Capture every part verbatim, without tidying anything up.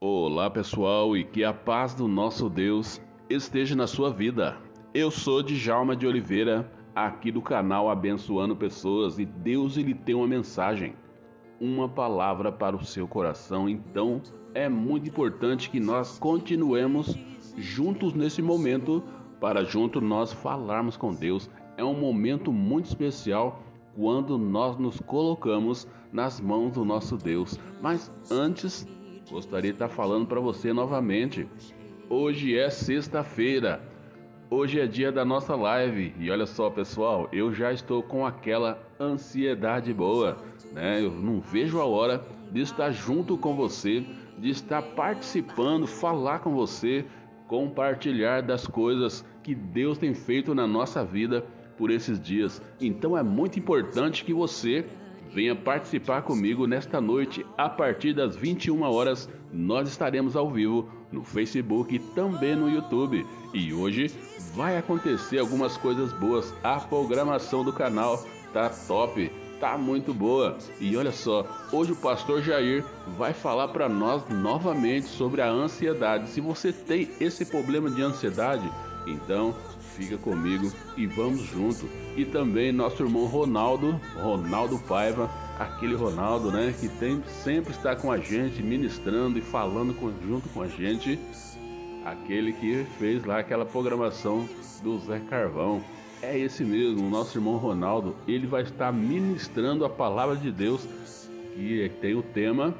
Olá pessoal, e que a paz do nosso Deus esteja na sua vida. Eu sou Djalma de Oliveira, aqui do canal Abençoando Pessoas, e Deus ele tem uma mensagem, uma palavra para o seu coração. Então é muito importante que nós continuemos juntos nesse momento, para junto nós falarmos com Deus. É um momento muito especial quando nós nos colocamos nas mãos do nosso Deus. Mas antes, gostaria de estar falando para você novamente. Hoje é sexta-feira. Hoje é dia da nossa live. E olha só, pessoal, eu já estou com aquela ansiedade boa, né? Eu não vejo a hora de estar junto com você, de estar participando, falar com você, compartilhar das coisas que Deus tem feito na nossa vida por esses dias. Então é muito importante que você venha participar comigo nesta noite. A partir das vinte e uma horas nós estaremos ao vivo no Facebook e também no YouTube. E hoje vai acontecer algumas coisas boas. A programação do canal tá top, tá muito boa. E olha só, hoje o pastor Jair vai falar para nós novamente sobre a ansiedade. Se você tem esse problema de ansiedade, então fica comigo e vamos junto. E também nosso irmão Ronaldo, Ronaldo Paiva, aquele Ronaldo, né, que tem, sempre está com a gente, ministrando e falando com, junto com a gente, aquele que fez lá aquela programação do Zé Carvão. É esse mesmo, o nosso irmão Ronaldo. Ele vai estar ministrando a palavra de Deus, que tem o tema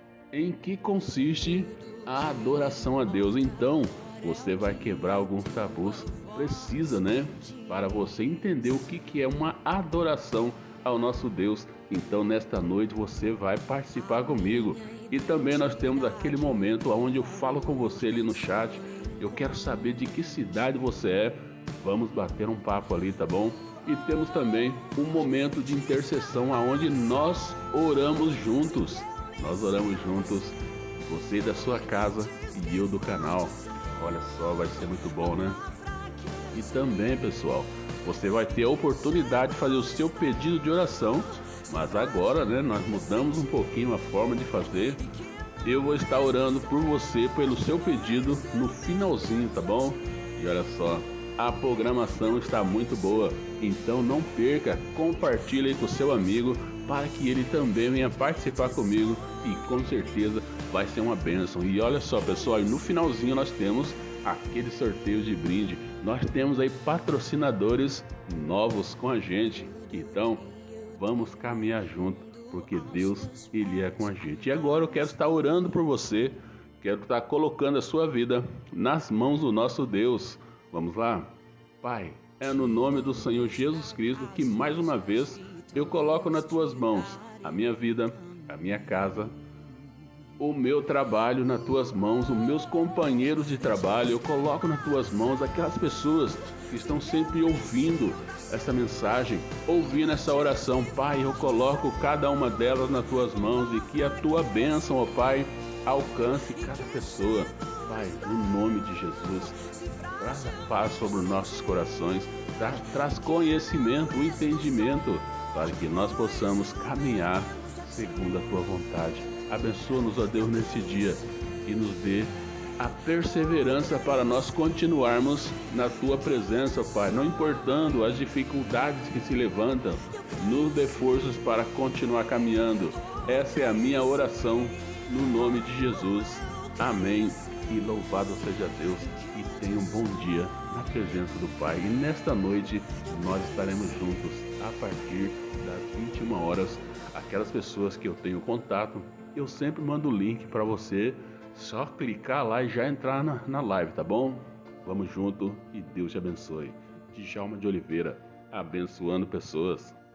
em que consiste a adoração a Deus. Então você vai quebrar alguns tabus, precisa, né? Para você entender o que, que é uma adoração ao nosso Deus. Então nesta noite você vai participar comigo. E também nós temos aquele momento onde eu falo com você ali no chat. Eu quero saber de que cidade você é. Vamos bater um papo ali, tá bom? E temos também um momento de intercessão onde nós oramos juntos. Nós oramos juntos, você da sua casa e eu do canal. Olha só, vai ser muito bom, né? E também, pessoal, você vai ter a oportunidade de fazer o seu pedido de oração. Mas agora, né, nós mudamos um pouquinho a forma de fazer. Eu vou estar orando por você, pelo seu pedido, no finalzinho, tá bom? E olha só, a programação está muito boa. Então não perca, compartilhe com o seu amigo, para que ele também venha participar comigo. E com certeza vai ser uma bênção. E olha só, pessoal, no finalzinho nós temos aquele sorteio de brinde. Nós temos aí patrocinadores novos com a gente. Então vamos caminhar junto, porque Deus ele é com a gente. E agora eu quero estar orando por você. Quero estar colocando a sua vida nas mãos do nosso Deus. Vamos lá? Pai, é no nome do Senhor Jesus Cristo que mais uma vez eu coloco nas tuas mãos a minha vida, a minha casa, o meu trabalho nas tuas mãos, os meus companheiros de trabalho. Eu coloco nas tuas mãos aquelas pessoas que estão sempre ouvindo essa mensagem, ouvindo essa oração. Pai, eu coloco cada uma delas nas tuas mãos, e que a tua bênção, ó Pai, alcance cada pessoa. Pai, no nome de Jesus, traz a paz sobre os nossos corações, tra traz conhecimento, entendimento, para que nós possamos caminhar segundo a tua vontade. Abençoa-nos, ó Deus, nesse dia, e nos dê a perseverança para nós continuarmos na tua presença, Pai. Não importando as dificuldades que se levantam, nos dê forças para continuar caminhando. Essa é a minha oração, no nome de Jesus. Amém. E louvado seja Deus, e tenha um bom dia na presença do Pai. E nesta noite nós estaremos juntos a partir das vinte e uma horas. Aquelas pessoas que eu tenho contato, eu sempre mando o link para você, só clicar lá e já entrar na, na live, tá bom? Vamos junto e Deus te abençoe. Djalma de Oliveira, abençoando pessoas.